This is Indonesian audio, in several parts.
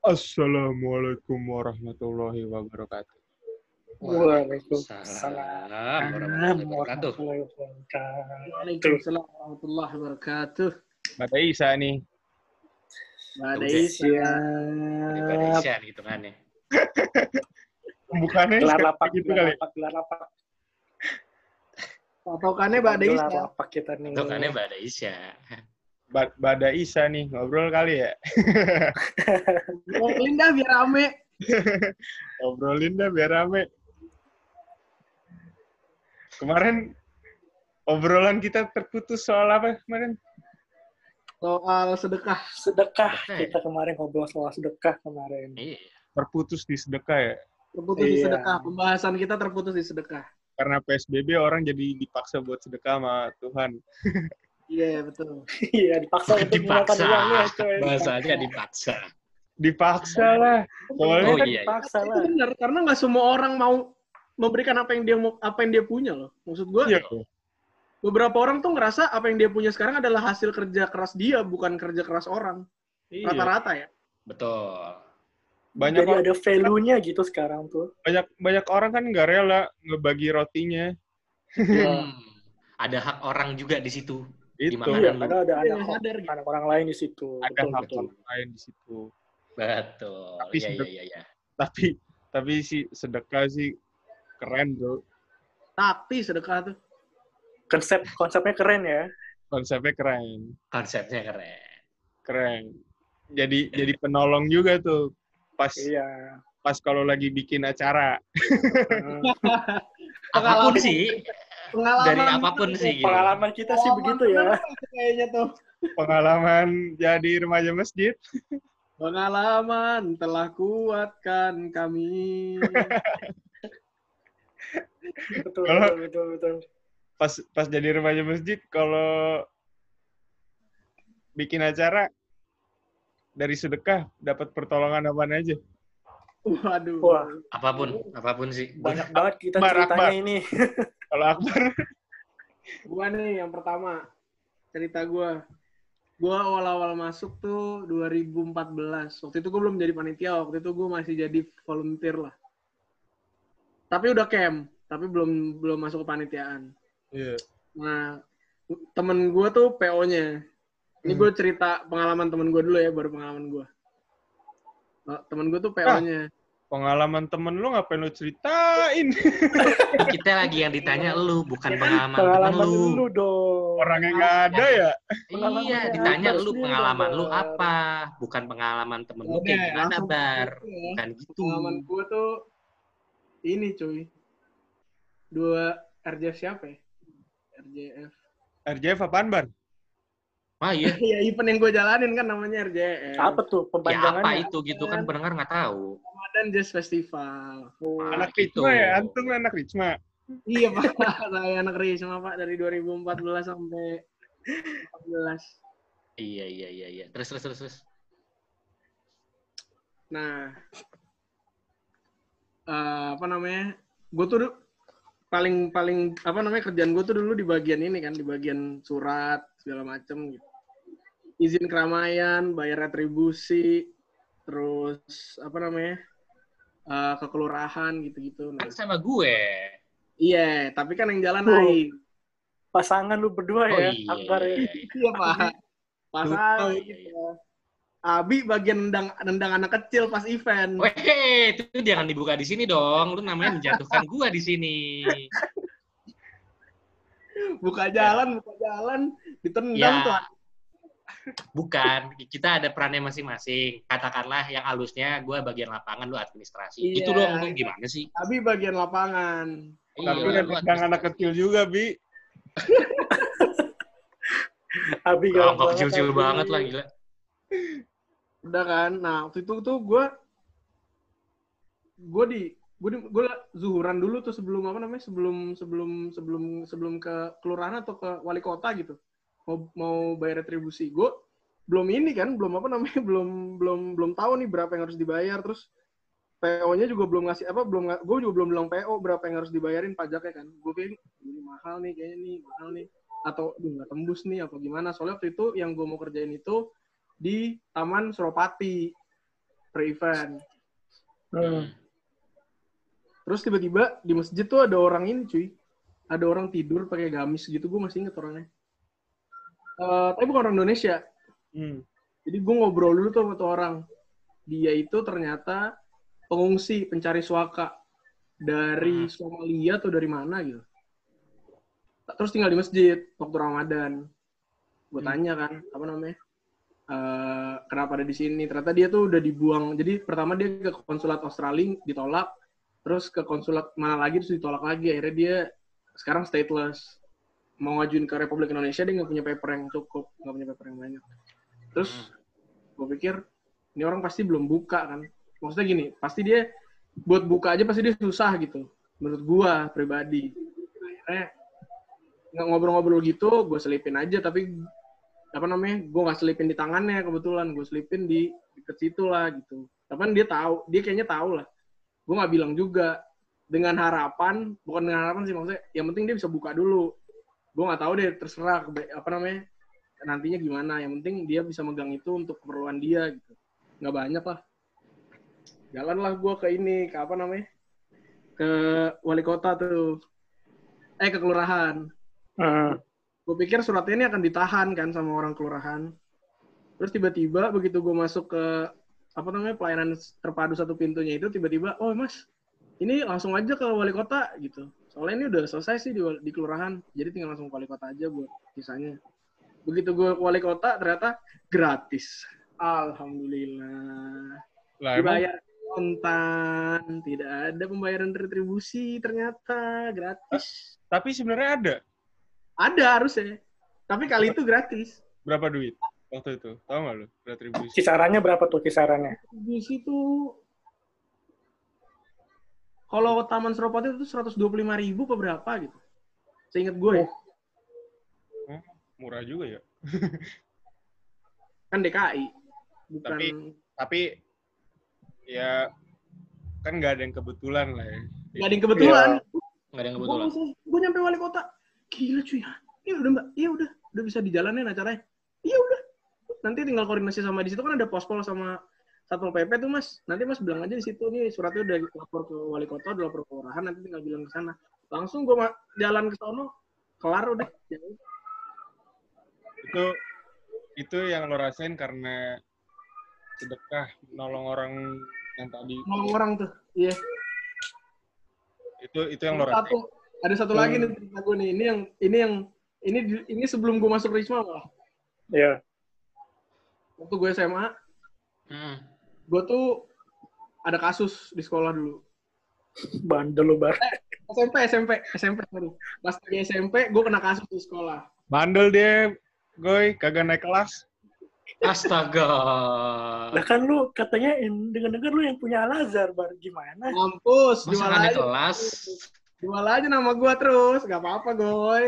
Assalamualaikum warahmatullahi wabarakatuh. Waalaikumsalam warahmatullahi Waalaikumsalam warahmatullahi wabarakatuh. Mbak Isa nih. Mbak Isa. Mbak Isa nih hitungannya. Pembukaannya Gelar lapak gitu kali. Patokannya Mbak Isa. Gelar lapak kita nih. Hitungannya Mbak Isa. Mbak Isa nih ngobrol kali ya. Ngobrolin dah biar rame. Ngobrolin dah biar rame. Kemarin obrolan kita terputus soal apa kemarin? Soal sedekah. Kita kemarin ngobrol soal sedekah kemarin. Iya. Terputus di sedekah ya. Terputus di Iya. sedekah. Pembahasan kita terputus di sedekah. Karena PSBB orang jadi dipaksa buat sedekah sama Tuhan. Iya, betul. Iya, dipaksa untuk menggunakan uangnya, coy. Bahasanya dipaksa. Dipaksa lah. Soalnya Oh, kan iya. Dipaksa Itu lah. benar, karena nggak semua orang mau memberikan apa yang dia punya loh. Maksud gue, iya. beberapa orang tuh ngerasa apa yang dia punya sekarang adalah hasil kerja keras dia, bukan kerja keras orang. Iya. Rata-rata ya. Betul. Banyak Jadi ada value-nya gitu sekarang tuh. banyak orang kan nggak rela ngebagi rotinya. Ada hak orang juga di situ. Itu. Gimana Iya, lu? karena ada Iya, sadar gitu. anak orang lain di situ. Ada hak Betul. orang lain di situ. Betul. Tapi Iya. Tapi si sedekah sih keren tuh. Tapi sedekah tuh. Konsepnya keren ya. Konsepnya keren. Konsepnya keren. Keren. Jadi penolong juga tuh pas Iya. kalau lagi bikin acara. Apapun sih. Pengalaman. Dari apapun sih. Gitu. Pengalaman kita sih begitu ya. Kayaknya tuh. Pengalaman jadi remaja masjid. Pengalaman telah kuatkan kami. Betul. Pas jadi remaja masjid kalau bikin acara dari sedekah dapat pertolongan apaan aja. Waduh. Wah, Apapun sih. banyak banget kita Akbar. ceritanya ini. Kalau Akbar Gua nih yang pertama. Cerita gua. Gua awal-awal masuk tuh 2014. Waktu itu gua belum jadi panitia. Waktu itu gua masih jadi volunteer lah. Tapi udah camp. Tapi belum masuk ke panitiaan. Iya. Nah, temen gua tuh PO-nya. Ini gue cerita pengalaman temen gue dulu ya, baru pengalaman gue. Temen gue tuh PO-nya. Pengalaman temen lu ngapain lu ceritain? Kita lagi yang ditanya lu, bukan pengalaman temen Pengalaman lu. dulu dong. Orangnya nggak ada ya? Iya, ditanya Akbar lu sendiri pengalaman dong, lu Bar. apa, bukan pengalaman temen lu Oke, kayak gimana, langsung Bar. gitu ya. Bukan gitu. Pengalaman gue tuh ini cuy. 2 RJF siapa ya? RJF. RJF apaan, Bar? Wah iya. Ya event yang gue jalanin kan namanya RJF. Apa tuh Ya pempanjangannya? apa itu gitu kan bener nggak tahu. Ramadan Jazz Festival. Anak gitu. Ricma ya? Antum anak Ricma? Iya Pak, saya anak Risma Pak dari 2014 sampai 14. Iya. Terus. Nah, apa namanya? Gue tuh paling apa namanya kerjaan gue tuh dulu di bagian ini kan, di bagian surat segala macem gitu. Izin keramaian, bayar retribusi, terus apa namanya ke kelurahan gitu-gitu. Nah, Kan sama gue. iya, tapi kan yang jalan Oh, Aing. Pasangan lu berdua Oh ya, iya. Akbar ya. Iya Pak. Pasal gitu. Abi bagian nendang anak kecil pas event. Weh, itu jangan dibuka di sini dong. Lu namanya menjatuhkan gua di sini. Buka jalan, ditendang Ya. tuh. Bukan, kita ada perannya masing-masing. Katakanlah yang halusnya gue bagian lapangan, lu administrasi. Iya. Itu dong, lu gimana sih? Abi bagian lapangan. Tapi Iya, kan lu tendang anak kecil juga, Bi. Abi Kelompok kecil-kecil banget lah, gila. Udah kan. Nah, waktu itu tuh gue zuhuran dulu tuh sebelum apa namanya? Sebelum ke kelurahan atau ke wali kota gitu. Mau bayar retribusi. Gue belum ini kan, belum apa namanya? Belum tahu nih berapa yang harus dibayar, terus PO-nya juga belum ngasih gue juga belum bilang PO berapa yang harus dibayarin pajaknya kan. Gue kayak ini mahal nih kayaknya nih, mahal nih. Atau nggak tembus nih atau gimana. Soalnya waktu itu yang gue mau kerjain itu di Taman Suropati. per event. Hmm. Terus tiba-tiba di masjid tuh ada orang ini cuy. Ada orang tidur pakai gamis gitu, gue masih inget orangnya. Tapi bukan orang Indonesia. Jadi gue ngobrol dulu tuh sama tuh orang. Dia itu ternyata pengungsi, pencari suaka. Dari Somalia atau dari mana gitu. Terus tinggal di masjid waktu Ramadan. Gue tanya kan, apa namanya? Kenapa ada di sini? Ternyata dia tuh udah dibuang. Jadi pertama dia ke konsulat Australia ditolak, terus ke konsulat mana lagi terus ditolak lagi. Akhirnya dia sekarang stateless. Mau ngajuin ke Republik Indonesia dia nggak punya paper yang cukup, nggak punya paper yang banyak. Terus gue pikir ini orang pasti belum buka kan. Maksudnya gini, pasti dia buat buka aja pasti dia susah gitu. Menurut gue pribadi. Akhirnya nggak ngobrol-ngobrol gitu, gue selipin aja tapi apa namanya, gue nggak selipin di tangannya kebetulan, gue selipin di deket situ lah gitu. Tapi kan dia tahu, dia kayaknya tahu lah. Gue nggak bilang juga dengan harapan, bukan dengan harapan sih maksudnya, yang penting dia bisa buka dulu. Gue nggak tahu deh, terserah apa namanya nantinya gimana. Yang penting dia bisa megang itu untuk keperluan dia gitu. Nggak banyak lah. Jalanlah gue ke ini, ke apa namanya, ke wali kota tuh, ke kelurahan. Gue pikir suratnya ini akan ditahan kan sama orang kelurahan. Terus tiba-tiba begitu gue masuk ke apa namanya pelayanan terpadu satu pintunya itu, tiba-tiba, oh mas, ini langsung aja ke wali kota gitu. Soalnya ini udah selesai sih di kelurahan, jadi tinggal langsung ke wali kota aja buat sisanya. Begitu gue ke wali kota ternyata gratis. Alhamdulillah. Dibayar kontan, tidak ada pembayaran retribusi, ternyata gratis. Tapi sebenarnya ada. Ada harusnya. Tapi kali itu gratis. Berapa duit waktu itu? Tahu nggak lu retribusi? Kisarannya berapa tuh kisarannya? Retribusi itu kalau Taman Suropati itu 125.000 apa berapa gitu. Seingat gue ya. Murah juga ya. Kan DKI. Bukan. Tapi ya kan nggak ada yang kebetulan lah ya. Nggak ada yang kebetulan. Nggak ada yang kebetulan. Gue nyampe wali kota. Gila cuy. Iya udah mbak. Iya udah bisa dijalanin acaranya. Iya udah. Nanti tinggal koordinasi sama di situ kan ada pospol sama Satpol PP tuh mas. Nanti mas bilang aja di situ nih suratnya udah lapor ke wali kota, udah lapor ke kelurahan, nanti tinggal bilang ke sana. Langsung gue jalan ke sono, kelar udah. Itu yang lo rasain karena sedekah nolong orang yang tadi. Nolong orang tuh. Iya. Itu yang lo rasain. Ada satu lagi nih cerita gue nih. Ini sebelum gue masuk Risma malah. Iya. Waktu gue SMA, gue tuh ada kasus di sekolah dulu. Bandel lu, Bar. SMP. Sorry. Pas 3 SMP, gue kena kasus di sekolah. Bandel dia, Goy, kagak naik kelas. Astaga. Lah kan lu katanya dengar-dengar lu yang punya Al-Azhar, Bar. Gimana? Mampus, Masa nggak naik kelas? Jual aja nama gue terus, gak apa-apa, Goy.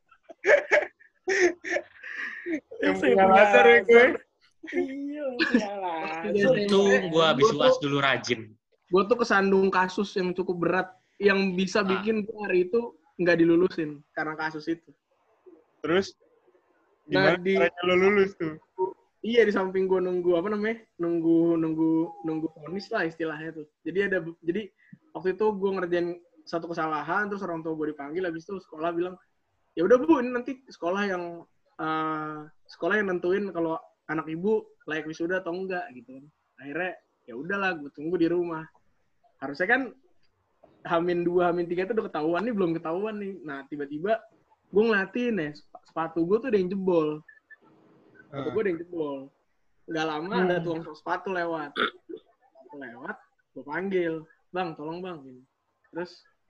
Yang punya Al-Azhar ya, Goy. Iya, punya Al-Azhar. Untung gue habis UAS dulu rajin. Gue tuh kesandung kasus yang cukup berat, yang bisa bikin gue hari itu nggak dilulusin karena kasus itu. Terus gimana caranya lo lulus tuh? Iya, di samping gue nunggu apa namanya, nunggu vonis lah istilahnya tuh. Jadi waktu itu gue ngerjain satu kesalahan, terus orang tua gue dipanggil, habis itu sekolah bilang, ya udah Bu, ini nanti sekolah yang nentuin kalau anak ibu layak wisuda atau enggak gitu. Akhirnya ya udahlah, gue tunggu di rumah. Harusnya kan H-2, H-3 itu udah ketahuan nih, belum ketahuan nih. Nah tiba-tiba gue ngeliatin ya, sepatu gue tuh ada yang jebol. Sepatu gue ada yang jebol. Nggak lama ada tukang sepatu lewat. Gue panggil, bang, tolong bang. Gini. Terus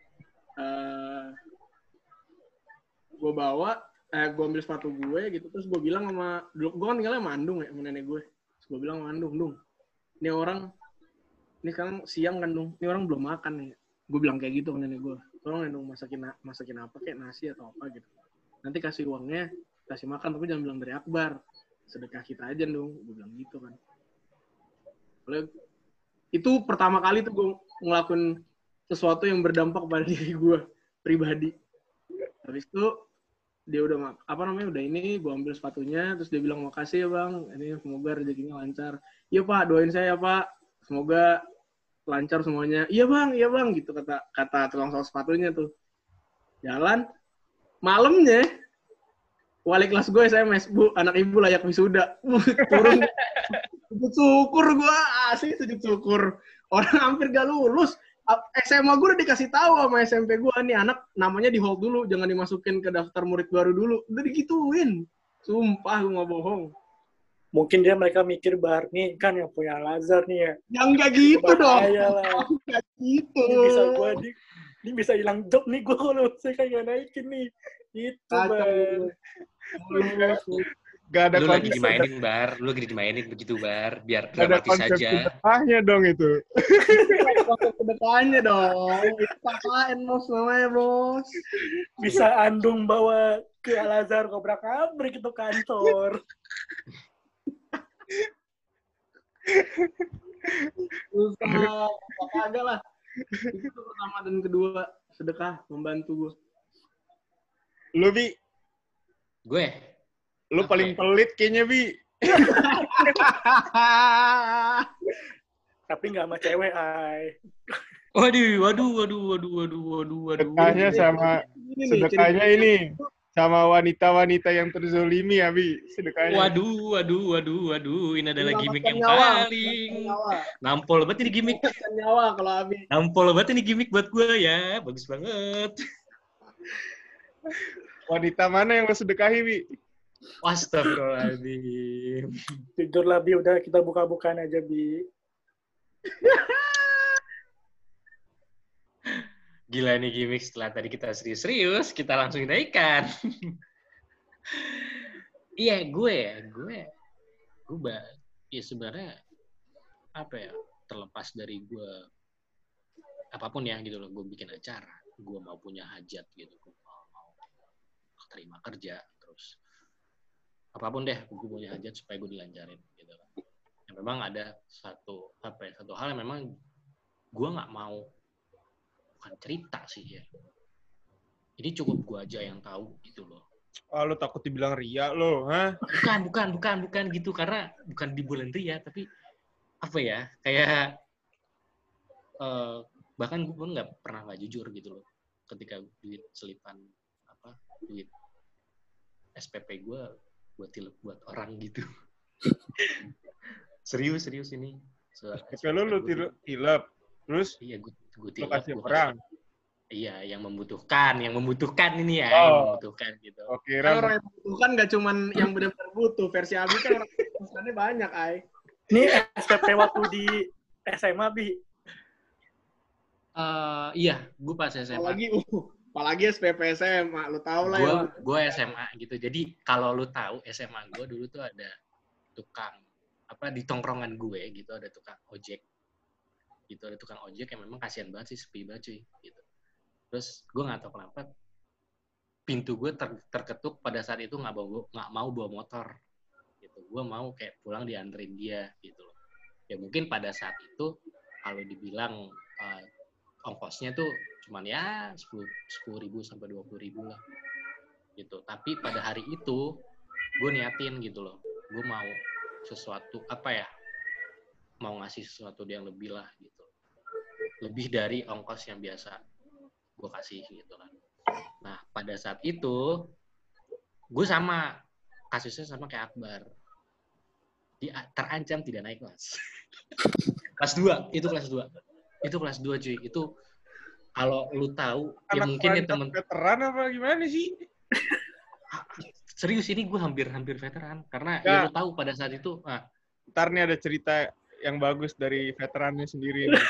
gue ambil sepatu gue gitu, terus gue bilang sama, gue kan tinggalnya sama Andung ya, sama nenek gue. Terus gue bilang sama Andung, ini orang, ini sekarang siang kan Dung, ini orang belum makan nih. Gue bilang kayak gitu ke nenek gue, tolong ya Dung, masakin apa, kayak nasi atau apa gitu. Nanti kasih uangnya, kasih makan, tapi jangan bilang dari Akbar. Sedekah kita aja Dung, gue bilang gitu kan. Itu pertama kali tuh gue ngelakuin sesuatu yang berdampak pada diri gue pribadi. Habis itu dia udah udah ini, gue ambil sepatunya, terus dia bilang makasih ya bang, ini semoga rezekinya lancar. Iya pak, doain saya ya pak, semoga lancar semuanya. Iya bang, gitu kata tukang sol sepatunya tuh. Jalan, malamnya wali kelas gue SMS, Bu, anak ibu layak wisuda. Turun, sujud syukur gue, asli sujud syukur. Orang hampir gak lulus. SMA gue udah dikasih tahu sama SMP gue, nih anak namanya di hold dulu, jangan dimasukin ke daftar murid baru dulu. Udah digituin. Sumpah gue gak bohong. Mungkin mereka mikir Bar nih kan yang punya Al-Azhar nih ya. Yang gak gitu dong. Bahaya lah. Gak gitu. Ini bisa hilang job nih gue kalau saya kayak naikin nih. Itu Bar. Gak ada Lu lagi konsep, dimainin, Bar. Lu lagi dimainin begitu, Bar. Biar gak ada dramatis konsep saja. sedekahnya dong itu. Waktu kedepannya dong. Itu KKN bos namanya bos. Bisa andung bawa ke Al-Azhar kobrak-abrik itu kantor. Susah. Kagak lah. Itu pertama dan kedua. Sedekah membantu gue. Lu, Bi, Gue. lu Apa paling ya? pelit kayaknya, Bi. Tapi nggak sama cewek, ay. Waduh. Sedekahnya ini sama wanita-wanita yang terzolimi ya, Bi. Sedekahnya. Waduh. Ini adalah gimmick yang Nyawa. paling nampol banget ini gimmick. Nyawa kalau Abi. Nampol banget ini gimmick buat gue ya. Bagus banget. Wanita mana yang lo sedekahi, Bi? Astagfirullahaladzim. Jujur lah, Bi. Udah kita buka-bukaan aja, Bi. Gila nih gimmick, setelah tadi kita serius-serius, kita langsung naikkan. Iya, gue ya sebenarnya apa ya, terlepas dari gue apapun ya gitu loh, gue bikin acara, gue mau punya hajat gitu, gue mau terima kerja, terus apapun deh, gue punya hajat supaya gue dilancarin gitu kan. Ya, memang ada satu hal yang memang gue nggak mau, bukan cerita sih ya. Ini cukup gue aja yang tahu gitu loh. Oh, lo takut dibilang ria lo, hah? Bukan gitu, karena bukan di bulan ria, tapi apa ya, kayak bahkan gue nggak pernah nggak jujur gitu loh ketika duit selipan duit SPP gue buat tilep buat orang gitu. serius ini. SPP lo tilep, terus iya gue lo tilep, kasih orang. Iya, yang membutuhkan ini ya, Oh. yang membutuhkan gitu. Oke, Kan orang yang butuhkan nggak cuman yang benar-benar butuh. Versi Abi kan orang yang butuhkannya banyak, ay. Ini SPP waktu di SMA, Bi. Iya, gue pas SMA. Apalagi SPP SMA, lu tau lah ya. Gue SMA gitu. Jadi kalau lu tahu SMA gue dulu tuh ada tukang di tongkrongan gue gitu, ada tukang ojek. Gitu, ada tukang ojek yang memang kasihan banget sih, sepi banget cuy gitu. Terus gue nggak tahu kenapa pintu gue terketuk pada saat itu, nggak mau bawa motor gitu. Gue mau kayak pulang dianterin dia gitu loh. Ya mungkin pada saat itu kalau dibilang ongkosnya tuh cuman ya 10.000 sampai 20.000 lah gitu. Tapi pada hari itu gue niatin gitu loh, gue mau sesuatu mau ngasih sesuatu yang lebih lah gitu, lebih dari ongkos yang biasa gue kasih gitu kan. Nah pada saat itu gue kasusnya sama kayak Akbar, terancam tidak naik kelas. kelas 2 cuy. Itu kalau lu tahu ya mungkin ya temen veteran apa gimana sih? Serius, ini gue hampir veteran karena ya lu tahu pada saat itu ntar nih ada cerita yang bagus dari veterannya sendiri nih.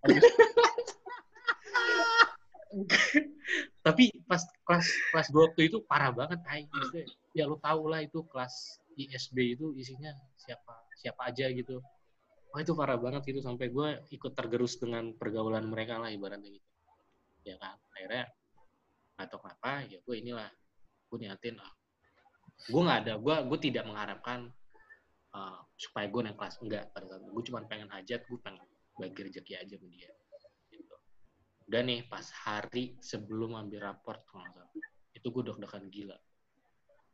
Tapi pas kelas 2 waktu itu parah banget, maksudnya ya lu tahu lah itu kelas ISB itu isinya siapa aja gitu. Wah itu parah banget gitu, sampai gue ikut tergerus dengan pergaulan mereka lah ibaratnya gitu. Ya kan, akhirnya atau kenapa ya gue niatin gue tidak mengharapkan supaya gue naik kelas, enggak, pada saat gue cuma pengen hajat, gue pengen bagi rezeki aja sama dia gitu. Udah nih pas hari sebelum ambil raport itu gue deg-degan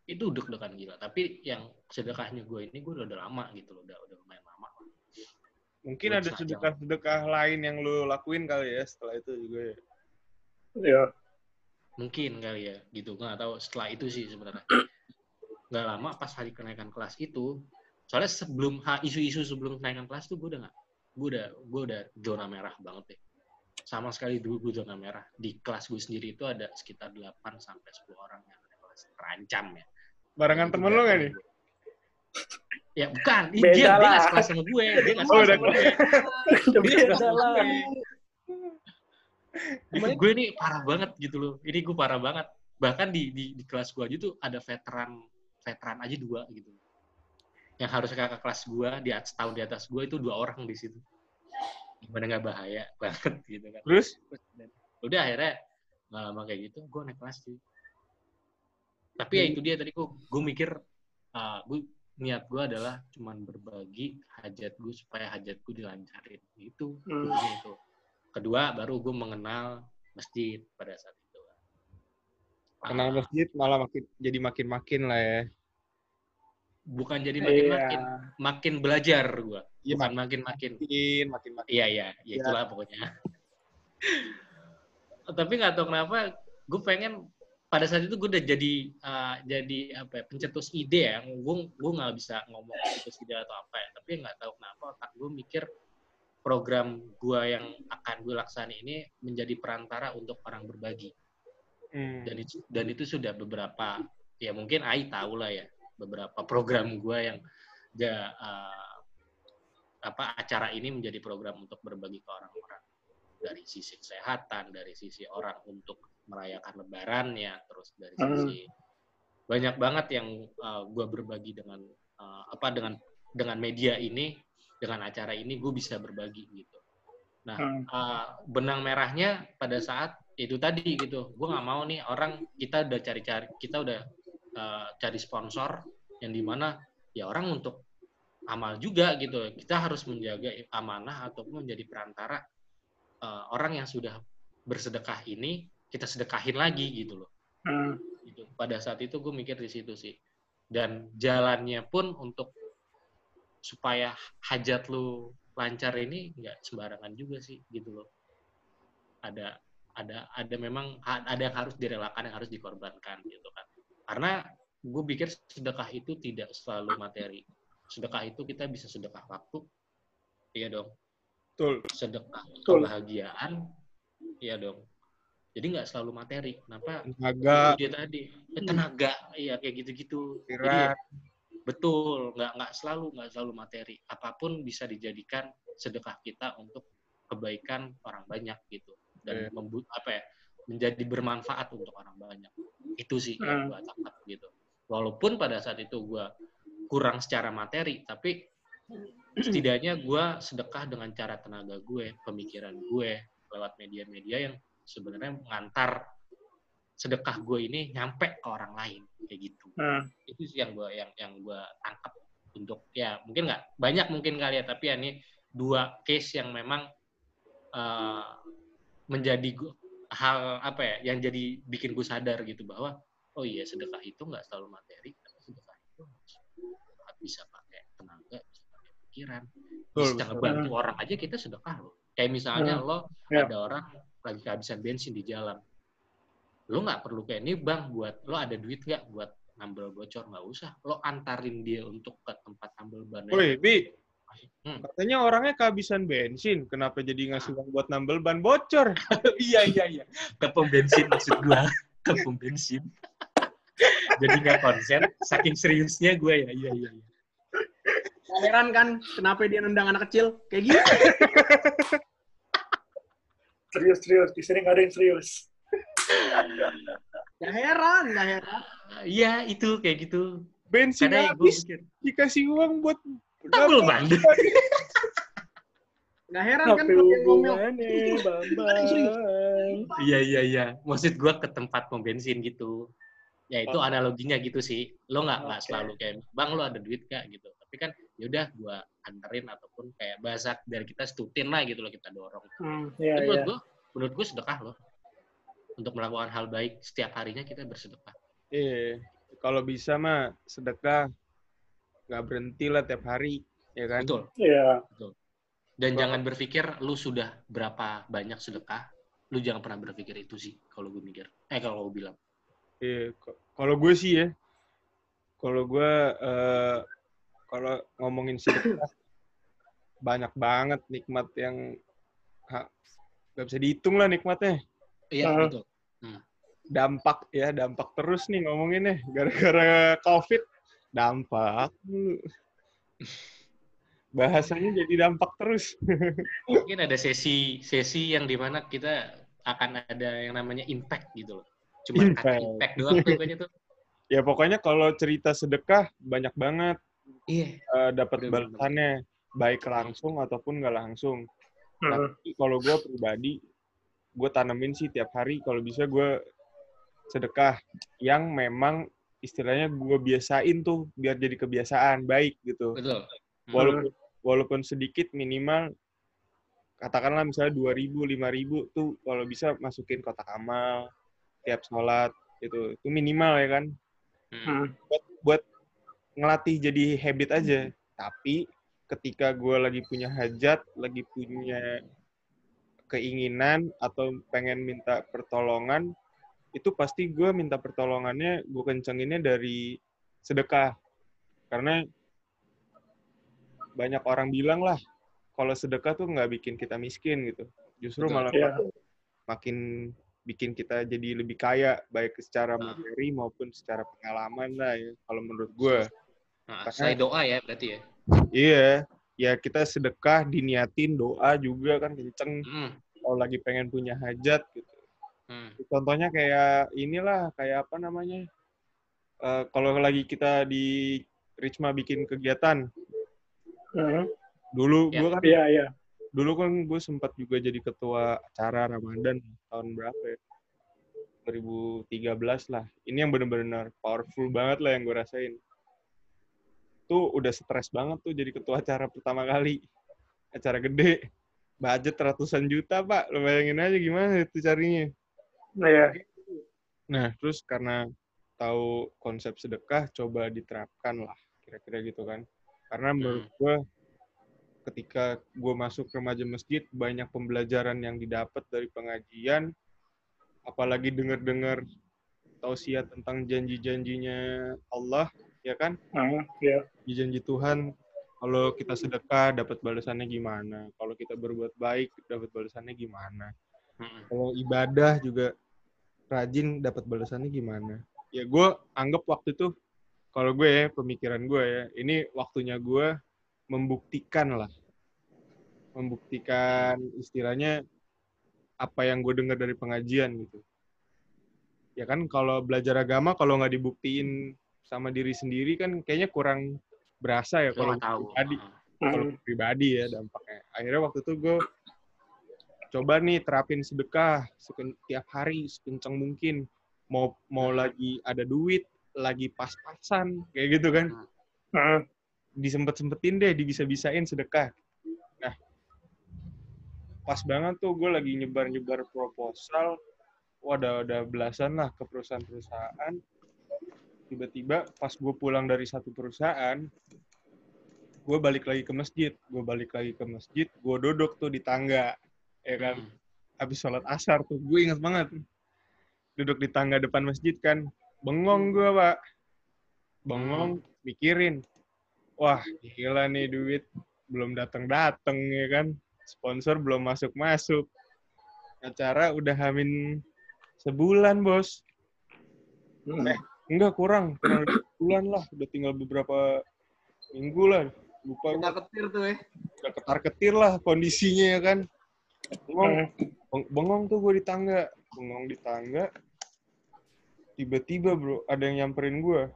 gila, tapi yang sedekahnya gue ini gue udah lama gitu loh, udah lumayan lama. Mungkin Buat ada setengah jam. sedekah-sedekah lain yang lu lakuin kali ya setelah itu juga ya. Ya. Mungkin kali ya, gitu. Nggak tahu setelah itu sih sebenarnya. Nggak lama pas hari kenaikan kelas itu, soalnya sebelum isu-isu sebelum kenaikan kelas tuh gue udah zona merah banget deh. Sama sekali dulu gue zona merah. Di kelas gue sendiri itu ada sekitar 8 sampai 10 orang yang ada kelas terancam ya. Barengan Itu temen lu nggak nih? Ya bukan, Beda dia lah. nggak sekelas sama gue, dia nggak Oh, sekelas udah sama gue. Beda lah. Itu gue nih parah banget gitu loh. Ini gue parah banget. Bahkan di kelas gue aja tuh ada veteran aja 2 gitu. Yang harus kakak kelas gue setahun di atas gue itu 2 orang di situ. Gimana nggak bahaya banget gitu kan. Terus? Udah akhirnya nggak lama kayak gitu, gue naik kelas sih. Tapi ya itu dia tadi gue mikir, niat gue adalah cuman berbagi hajat gue supaya hajat gue dilancarin. Itu. Itu. Kedua, baru gue mengenal masjid pada saat itu. Kenal masjid malah makin lah ya. Bukan jadi makin belajar gue. Iya, Bukan makin. Makin. Iya, itulah pokoknya. Tapi nggak tahu kenapa, gue pengen pada saat itu gue udah jadi apa ya, pencetus ide ya. Gue nggak bisa ngomong pencetus ide atau apa ya. Tapi nggak tahu kenapa otak gue mikir program gue yang akan gue laksanain ini menjadi perantara untuk orang berbagi. Dan itu sudah beberapa, ya mungkin Ai tahu lah ya, beberapa program gue yang acara ini menjadi program untuk berbagi ke orang-orang. Dari sisi kesehatan, dari sisi orang untuk merayakan lebarannya, terus dari sisi banyak banget yang gue berbagi dengan media ini, dengan acara ini gue bisa berbagi gitu. Nah, benang merahnya pada saat itu tadi gitu, gue nggak mau nih kita udah cari sponsor yang dimana ya orang untuk amal juga gitu. Kita harus menjaga amanah ataupun menjadi perantara orang yang sudah bersedekah ini kita sedekahin lagi gitu loh. Gitu. Pada saat itu gue mikir di situ sih. Dan jalannya pun untuk supaya hajat lu lancar ini nggak sembarangan juga sih gitu loh. Ada memang ada yang harus direlakan, yang harus dikorbankan gitu kan. Karena gue pikir sedekah itu tidak selalu materi. Sedekah itu kita bisa sedekah waktu, iya dong. Betul. Sedekah kebahagiaan, iya dong. Jadi nggak selalu materi. Kenapa? Tenaga. Dia tadi tenaga, iya kayak gitu-gitu. Jadi ya, betul, nggak selalu materi. Apapun bisa dijadikan sedekah kita untuk kebaikan orang banyak gitu. Dan menjadi bermanfaat untuk orang banyak. Itu sih yang gue tangkap gitu. Walaupun pada saat itu gue kurang secara materi, tapi setidaknya gue sedekah dengan cara tenaga gue, pemikiran gue, lewat media-media yang sebenarnya mengantar sedekah gue ini nyampe ke orang lain kayak gitu. Itu sih yang gue tangkap untuk ya mungkin nggak banyak mungkin kali ya, tapi ya ini 2 case yang memang menjadi hal apa ya yang jadi bikin gue sadar gitu bahwa oh iya sedekah itu nggak selalu materi, tapi sedekah itu bisa pakai tenaga, bisa pakai pikiran, bisa ngebantu orang aja kita sedekah loh. Kayak misalnya ada orang lagi kehabisan bensin di jalan, lo nggak perlu kayak ini bang buat lo ada duit nggak buat nambel bocor, nggak usah, lo antarin dia untuk ke tempat nambel ban. Woi Bi, katanya orangnya kehabisan bensin, kenapa jadi ngasih uang buat nambel ban bocor? Iya ke pom bensin maksud gue, ke pom bensin. Jadi nggak konsen, saking seriusnya gue ya. Iya. Gak heran kan kenapa dia nendang anak kecil kayak gitu. Serius. Di sini nggak ada yang serius. Gak heran. Iya, itu kayak gitu. Bensin habis, dikasih uang buat nambel ban. Gak heran kan kalau dia ngomel. Iya. Maksud gue ke tempat pom bensin gitu. Ya itu analoginya gitu sih. Lo nggak selalu kayak, bang lo ada duit nggak gitu. Tapi kan yaudah gue anterin ataupun kayak bahasa dari kita stutin lah gitu loh, kita dorong. Menurut gue sedekah loh. Untuk melakukan hal baik setiap harinya kita bersedekah. Iya. Kalau bisa mah sedekah nggak berhenti lah tiap hari, ya kan? Betul. Iya. Betul. Dan jangan berpikir lu sudah berapa banyak sedekah, lu jangan pernah berpikir itu sih kalau gue mikir. Kalau gue bilang. Iya, kalau gue sih ya, kalau gue kalau ngomongin sedekah banyak banget nikmat yang nggak bisa dihitung lah nikmatnya. Iya, betul. Dampak terus nih ngomonginnya gara-gara COVID, dampak. Bahasanya jadi dampak terus. Mungkin ada sesi yang dimana kita akan ada yang namanya impact gitu loh. Cuma kata impact doang tuh kayaknya tuh. Ya pokoknya kalau cerita sedekah banyak banget. Iya. Dapat balasannya baik langsung ataupun nggak langsung. Tapi kalau gue pribadi, gue tanemin sih tiap hari kalau bisa gue sedekah yang memang istilahnya gue biasain tuh biar jadi kebiasaan baik gitu. Betul. Walaupun sedikit minimal katakanlah misalnya 2.000, 5.000 tuh kalau bisa masukin kotak amal tiap sholat itu minimal ya kan. Buat ngelatih jadi habit aja. Tapi ketika gue lagi punya hajat, lagi punya keinginan atau pengen minta pertolongan, itu pasti gue minta pertolongannya, gue kencenginnya dari sedekah. Karena banyak orang bilang lah, kalau sedekah tuh nggak bikin kita miskin gitu. Justru malah makin bikin kita jadi lebih kaya, baik secara materi maupun secara pengalaman lah ya, kalau menurut gue. Saya doa ya berarti ya? Iya, ya kita sedekah, diniatin, doa juga kan kenceng. Kalau lagi pengen punya hajat gitu. Contohnya kayak inilah, kayak apa namanya, kalau lagi kita di Richma bikin kegiatan, dulu gue kan, dulu kan gue sempat juga jadi ketua acara Ramadan tahun berapa ya, 2013 lah. Ini yang benar-benar powerful banget lah yang gue rasain. Tuh udah stres banget tuh jadi ketua acara pertama kali, acara gede, budget ratusan juta Pak, lo bayangin aja gimana itu carinya. Nah, terus karena tahu konsep sedekah, coba diterapkan lah, kira-kira gitu kan. Karena menurut gue, ketika gue masuk remaja masjid, banyak pembelajaran yang didapat dari pengajian, apalagi dengar-dengar tausiah tentang janji-janjinya Allah, ya kan? Janji Tuhan, kalau kita sedekah dapat balasannya gimana? Kalau kita berbuat baik dapat balasannya gimana? Kalau ibadah juga rajin dapat balasannya gimana? Ya gue anggap waktu itu, kalau gue ya, pemikiran gue ya, ini waktunya gue membuktikan istilahnya apa yang gue dengar dari pengajian gitu. Ya kan kalau belajar agama kalau nggak dibuktiin sama diri sendiri kan kayaknya kurang berasa ya kalau pribadi ya dampaknya. Akhirnya waktu itu gue coba nih terapin sedekah setiap hari sekencang mungkin. Mau lagi ada duit, lagi pas-pasan kayak gitu kan. Disempet-sempetin deh, dibisa-bisain sedekah. Nah, pas banget tuh gue lagi nyebar-nyebar proposal. Wah, udah belasan lah ke perusahaan-perusahaan. Tiba-tiba pas gue pulang dari satu perusahaan, gue balik lagi ke masjid. Gue duduk tuh di tangga. Ya kan? Habis sholat asar tuh, gue ingat banget. Duduk di tangga depan masjid kan. Bengong gue, Pak. Bengong, mikirin. Wah, gila nih duit. Belum datang-datang ya kan. Sponsor belum masuk-masuk. Acara udah hamin sebulan, Bos. Enggak, kurang sebulan lah. Udah tinggal beberapa minggu lah. Lupa gue. Ketar-ketir tuh ya. Udah ketar-ketir lah kondisinya ya kan. Bengong tuh gue di tangga. Tiba-tiba bro, ada yang nyamperin gue.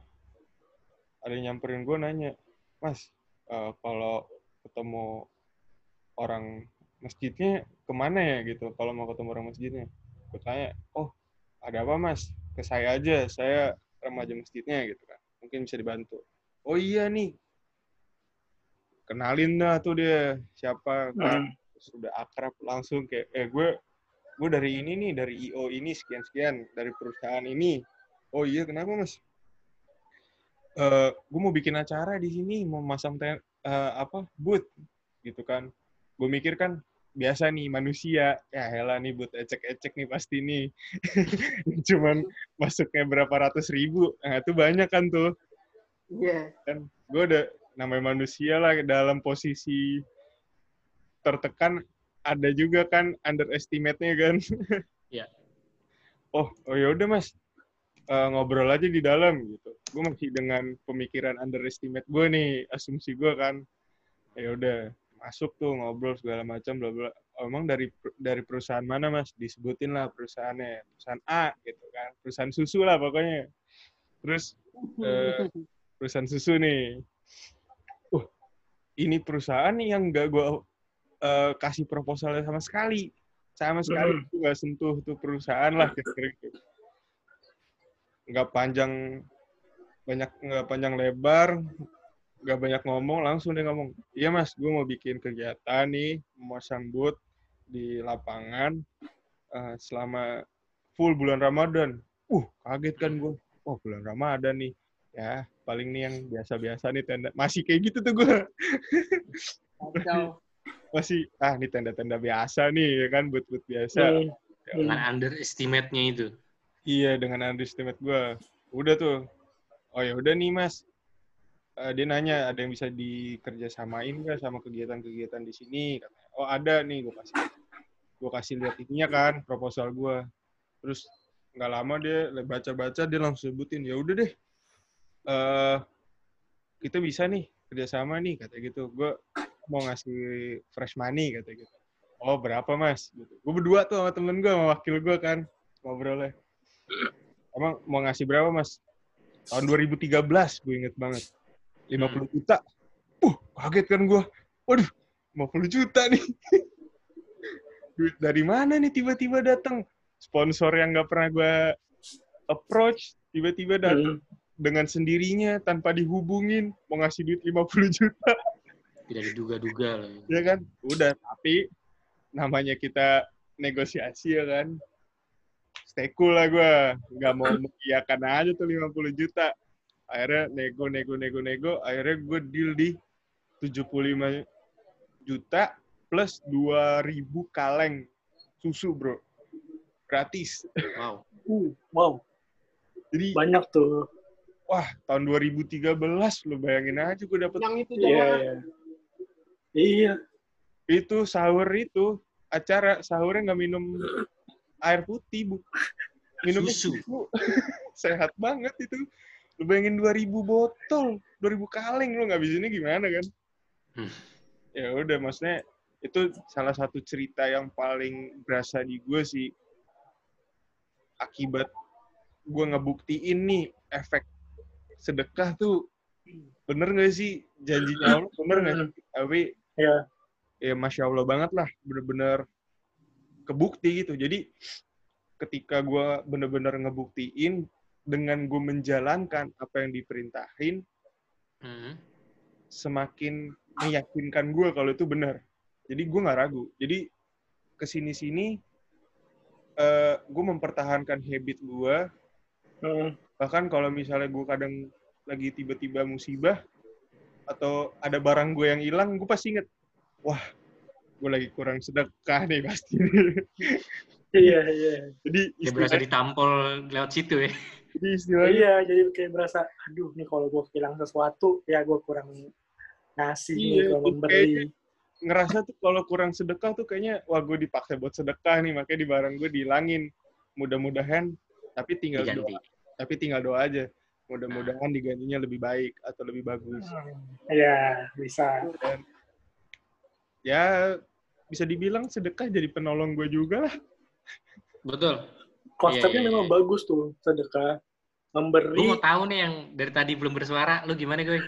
Nanya, Mas, kalau ketemu orang masjidnya kemana ya gitu, kalau mau ketemu orang masjidnya. Gue tanya, oh ada apa Mas? Ke saya aja, saya remaja masjidnya gitu kan. Mungkin bisa dibantu. Oh iya nih. Kenalin dah tuh dia, siapa kan. Sudah akrab langsung kayak, gue dari ini nih, dari IO ini sekian-sekian, dari perusahaan ini. Oh iya, kenapa Mas? Gue mau bikin acara di sini, mau masang booth gitu kan. gue mikir kan biasa nih manusia, ya elah nih buat ecek-ecek nih pasti nih. Cuman masuknya berapa ratus ribu, nah itu banyak kan tuh. Iya. Kan gue udah namanya manusia lah dalam posisi tertekan, ada juga kan underestimate-nya kan. Iya. Oh ya udah mas, ngobrol aja di dalam gitu. Gue masih dengan pemikiran underestimate gue nih, asumsi gue kan. Ya udah masuk tuh ngobrol segala macam bla bla. Oh, emang dari perusahaan mana mas? Disebutin lah perusahaannya, perusahaan A gitu kan, perusahaan susu lah pokoknya. Terus perusahaan susu nih. Ini perusahaan nih yang gak gue kasih proposalnya sama sekali. Sama sekali gue gak sentuh tuh perusahaan lah kira-kira gitu. Nggak panjang lebar, nggak banyak ngomong, langsung dia ngomong, iya mas, gue mau bikin kegiatan nih, memasang booth di lapangan selama full bulan Ramadan. Kaget kan gue. Oh, bulan Ramadan nih. Ya, paling nih yang biasa-biasa nih tenda. Masih kayak gitu tuh gue. Masih, nih tenda-tenda biasa nih, ya kan, booth-booth biasa. Dengan underestimate-nya itu. Iya, dengan underestimate gue. Udah tuh. Oh ya udah nih mas. Dia nanya, ada yang bisa dikerjasamain nggak sama kegiatan-kegiatan di sini? Katanya, oh ada nih, gue kasih lihat ininya kan, proposal gue. Terus nggak lama dia baca-baca, dia langsung sebutin, ya udah deh, kita bisa nih kerjasama nih, kata gitu. Gue mau ngasih fresh money, kata gitu. Oh berapa mas? Gitu. Gue berdua tuh sama temen gue, sama wakil gue kan, ngobrolnya. Emang mau ngasih berapa mas? Tahun 2013, gue inget banget. 50 juta. Kaget kan gue. Waduh, 50 juta nih. Duit dari mana nih tiba-tiba datang? Sponsor yang nggak pernah gue approach, tiba-tiba datang dengan sendirinya, tanpa dihubungin, mau ngasih duit 50 juta. Tidak diduga-duga loh. Ya kan? Udah, tapi namanya kita negosiasi ya kan. Stay cool lah gue. Nggak mau mengiyakan aja tuh 50 juta. Akhirnya nego. Akhirnya gue deal di 75 juta plus 2.000 kaleng susu, bro. Gratis. Wow. Wow. Jadi, Banyak tuh. wah, tahun 2013, lu bayangin aja gue dapet. Yang itu Iya. jamaah. Iya. Itu sahur itu, acara sahurnya nggak minum air putih, Bu. Minum susu. Sehat banget itu. Lu bayangin 2.000 botol, 2.000 kaleng, lu ngabisinnya gimana kan? Ya udah, maksudnya itu salah satu cerita yang paling berasa di gue sih. Akibat gue ngebuktiin nih efek sedekah tuh bener gak sih? Janjinya Allah bener gak sih? Tapi ya Masya Allah banget lah, bener-bener kebukti gitu. Jadi ketika gue bener-bener ngebuktiin dengan gue menjalankan apa yang diperintahin, semakin meyakinkan gue kalau itu benar. Jadi gue nggak ragu. Jadi kesini-sini gue mempertahankan habit gue. Bahkan kalau misalnya gue kadang lagi tiba-tiba musibah atau ada barang gue yang hilang, gue pasti inget, wah, gue lagi kurang sedekah nih pasti. Iya. Jadi ya berasa ditampol lewat situ ya. Jadi istilahnya. Iya, jadi kayak berasa, aduh nih kalau gue hilang sesuatu, ya gue kurang ngasih nih, kurang memberi. Ngerasa tuh kalau kurang sedekah tuh kayaknya, wah gue dipaksa buat sedekah nih, makanya di barang gue dihilangin. Mudah-mudahan, tapi tinggal doa aja. Mudah-mudahan digantinya lebih baik atau lebih bagus. Iya, bisa. Dan, ya, bisa dibilang sedekah jadi penolong gue juga lah. Betul. Konsepnya memang bagus tuh, sedekah. Memberi. Gue mau tahu nih yang dari tadi belum bersuara, lu gimana gue?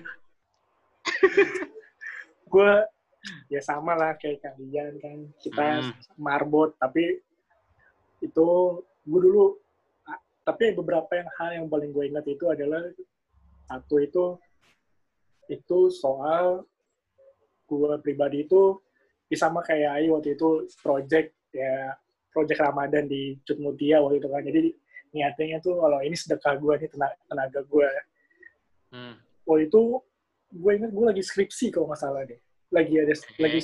Gue ya sama lah kayak kalian kan, kita marbot, tapi itu gue dulu, tapi beberapa hal yang paling gue ingat itu adalah satu itu soal gue pribadi itu sama kayak Ayu waktu itu project Ramadan di Cut Mutia waktu itu kan, jadi niatnya tuh kalau ini sedekah gue nih, tenaga gue. Waktu itu gue ingat gue lagi skripsi kalau nggak salah deh. lagi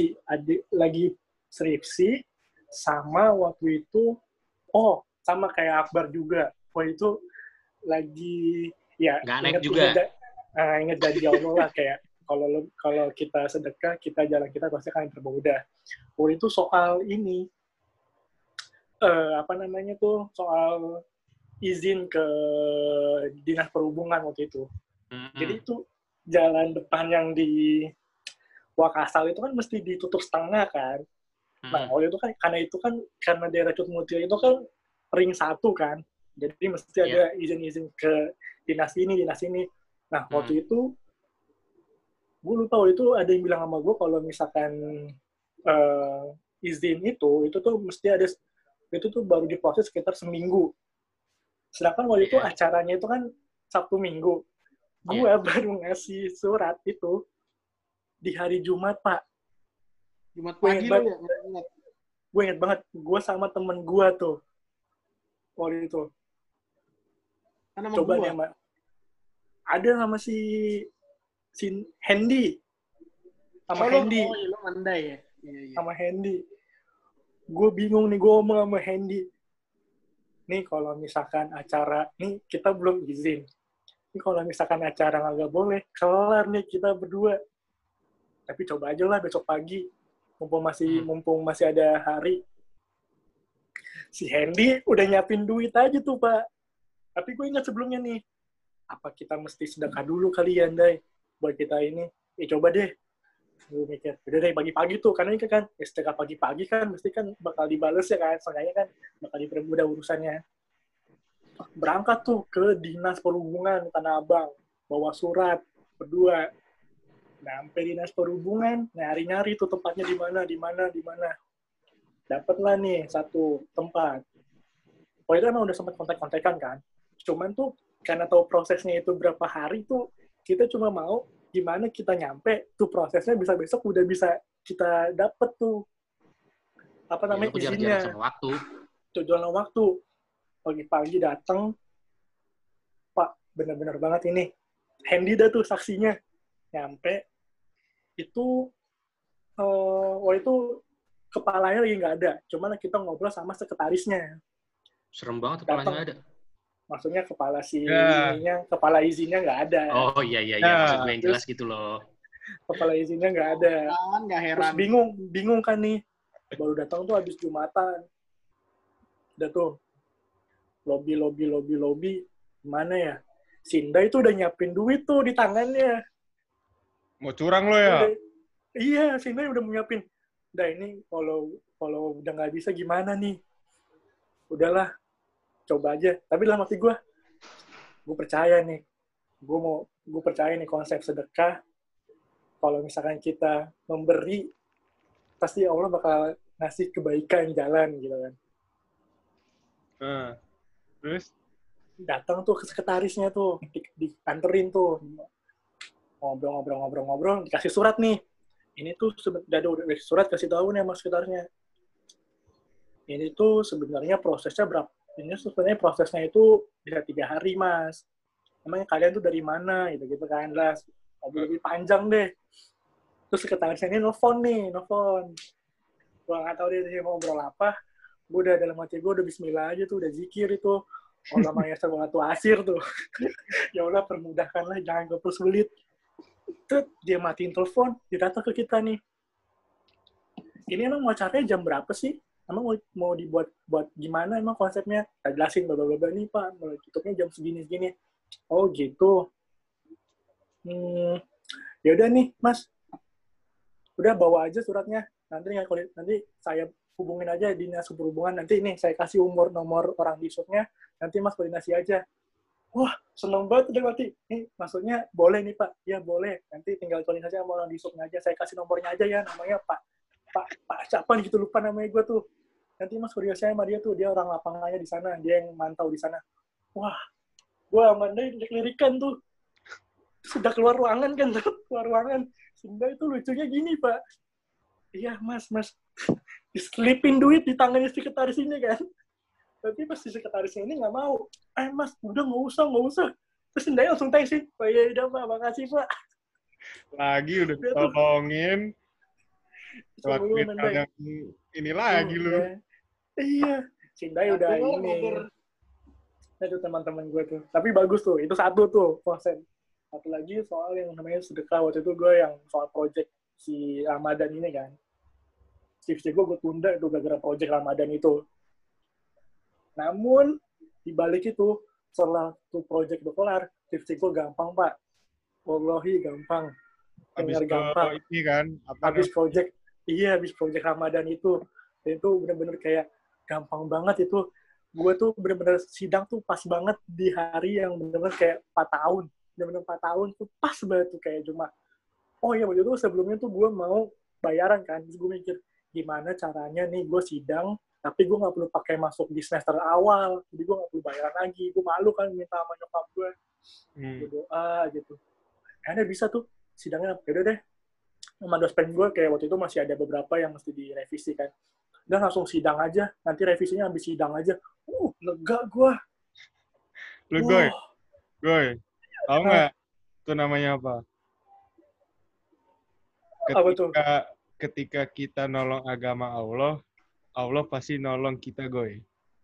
skripsi sama waktu itu sama kayak Akbar juga. Waktu itu lagi ya nggak naik juga. Ingat janji Allah lah, kayak kalau kita sedekah, jalan kita pasti akan termudah. Waktu itu soal ini soal izin ke dinas perhubungan waktu itu. Jadi itu jalan depan yang di Wakasal itu kan mesti ditutup setengah kan. Nah, waktu itu kan karena daerah Cutmutia itu kan ring 1 kan. Jadi mesti ada izin-izin ke dinas ini. Nah, waktu itu gue lupa, waktu itu ada yang bilang sama gue kalau misalkan izin itu tuh mesti ada, itu tuh baru diproses sekitar seminggu. Sedangkan waktu itu acaranya itu kan Sabtu Minggu. Gue baru ngasih surat itu di hari Jumat, Pak. Jumat pagi lo ya? Gue inget banget. Gue sama temen gue tuh. Waktu itu. Coba deh, Mbak. Ada sama si Hendy. Sama Hendy. Oh, iya, lo mandai ya? Iya. Sama Hendy. Gue bingung nih, gue ngomong sama Hendy. Nih kalau misalkan acara, nih kita belum izin. Nih kalau misalkan acara nggak boleh, kelar nih kita berdua. Tapi coba aja lah besok pagi. Mumpung masih ada hari. Si Hendy udah nyiapin duit aja tuh, Pak. Tapi gue ingat sebelumnya nih, apa kita mesti sedekah dulu kali ya, Ndai? Buat kita ini. Coba deh. Gue mikir, udah deh pagi-pagi tuh. Karena ini kan, sedekah pagi-pagi kan, mesti kan bakal dibales ya kan. Soalnya kan bakal dipermudah urusannya. Berangkat tuh ke Dinas Perhubungan Tanah Abang. Bawa surat, berdua. Sampai Dinas Perhubungan, nyari-nyari tuh tempatnya di mana. Dapatlah nih satu tempat. Waktu itu emang udah sempat kontak-kontakan kan. Cuman tuh karena tahu prosesnya itu berapa hari tuh, kita cuma mau gimana kita nyampe tuh prosesnya bisa besok udah bisa kita dapet tuh izinnya. Jalan waktu. Pagi-pagi datang, Pak, bener-bener banget ini. Hendy dah tuh saksinya. Nyampe, itu waktu itu kepalanya lagi nggak ada. Cuman kita ngobrol sama sekretarisnya. Serem banget kepalanya nggak ada. Maksudnya kepala izinnya nggak ada. Oh iya. Maksud gue yang jelas gitu loh. Kepala izinnya nggak ada. Nggak heran. Terus bingung kan nih. Baru datang tuh habis Jumatan. Udah tuh. Lobby. Mana ya? Sinda itu udah nyiapin duit tuh di tangannya. Mau curang lo ya? Iya, Sinda udah nyiapin. Udah ini kalau udah nggak bisa gimana nih? Udahlah, coba aja. Tapi dalam hati gue percaya nih. Gue percaya nih konsep sedekah. Kalau misalkan kita memberi, pasti Allah bakal ngasih kebaikan jalan gitu kan. Terus? Datang tuh ke sekretarisnya tuh, dianterin tuh. Ngobrol, dikasih surat nih. Ini tuh udah surat kasih tahu nih sama sekretarisnya. Ini tuh sebenarnya prosesnya berapa? Ini sebenarnya prosesnya itu bisa 3 hari, Mas. Emangnya kalian tuh dari mana? Gitu kan lah. Lebih panjang deh. Terus sekretarisnya ini nelfon. Gue nggak tahu dia mau ngobrol apa. Gue udah dalam hati gue udah bismillah aja tuh, udah zikir itu. Allah mayasar waktu asir tuh. Ya Allah, permudahkanlah, jangan kepersulit. Terus dia matiin telepon, dia datang ke kita nih. Ini emang mau acaranya jam berapa sih? Emang mau dibuat gimana emang konsepnya? Kita jelasin bla nih Pak, mulai tutupnya jam segini. Oh gitu. Ya udah nih Mas, udah bawa aja suratnya. Nanti saya hubungin aja dinas perhubungan. Nanti ini saya kasih nomor orang di subnya. Nanti Mas koordinasi aja. Wah, seneng banget udah berarti. Nih, maksudnya boleh nih Pak? Ya boleh. Nanti tinggal koordinasi sama orang di subnya aja. Saya kasih nomornya aja ya. Namanya Pak siapa gitu, lupa namanya gue tuh. Nanti Mas koordinasi sama dia tuh. Dia orang lapangannya di sana. Dia yang mantau di sana. Wah, gue amandai lirikan tuh. Sudah keluar ruangan kan. Keluar ruangan. Sehingga itu lucunya gini Pak. Iya Mas. Diselipin duit di tangannya sekretaris ini kan. Tapi pas si sekretarisnya ini nggak mau. Mas, udah nggak usah. Terus Sindai langsung thanks sih. Oh iya, udah Pak, makasih Pak. Lagi udah Dia tuh ditolongin, cuma lu lakuin hal Mendai. yang ini lagi lu. Iya, si Dai udah ini. Itu teman-teman gue tuh. Tapi bagus tuh, itu satu tuh, konsen. Satu lagi soal yang namanya sedekah. Waktu itu gue yang soal project si Ramadan ini kan. Shift gue tunda itu gara-gara project Ramadan itu. Namun, dibalik itu, setelah tuh project udah kelar, shift gue gampang, Pak. Wallahi gampang. Habis Dengar gampang. ini kan, apa Habis namanya? project, iya habis project Ramadan itu. Dan itu bener-bener kayak gampang banget itu. Gue tuh bener-bener sidang tuh pas banget di hari yang bener-bener kayak 4 tahun. Bener-bener 4 tahun tuh pas banget tuh kayak cuma, oh iya waktu itu sebelumnya tuh gue mau bayaran kan. Terus gue mikir, gimana caranya nih gue sidang, tapi gue gak perlu pakai masuk di semester awal. Jadi gue gak perlu bayaran lagi. Gue malu kan minta sama nyokap gue. Gue doa gitu. Akhirnya bisa tuh sidangnya. Yaudah deh, sama dosen gue kayak waktu itu masih ada beberapa yang mesti direvisi kan. Udah langsung sidang aja, nanti revisinya habis sidang aja. Lega gue. Lu Goy, tahu nggak itu namanya apa? Apa tuh? Ketika kita nolong agama Allah, Allah pasti nolong kita, Goy.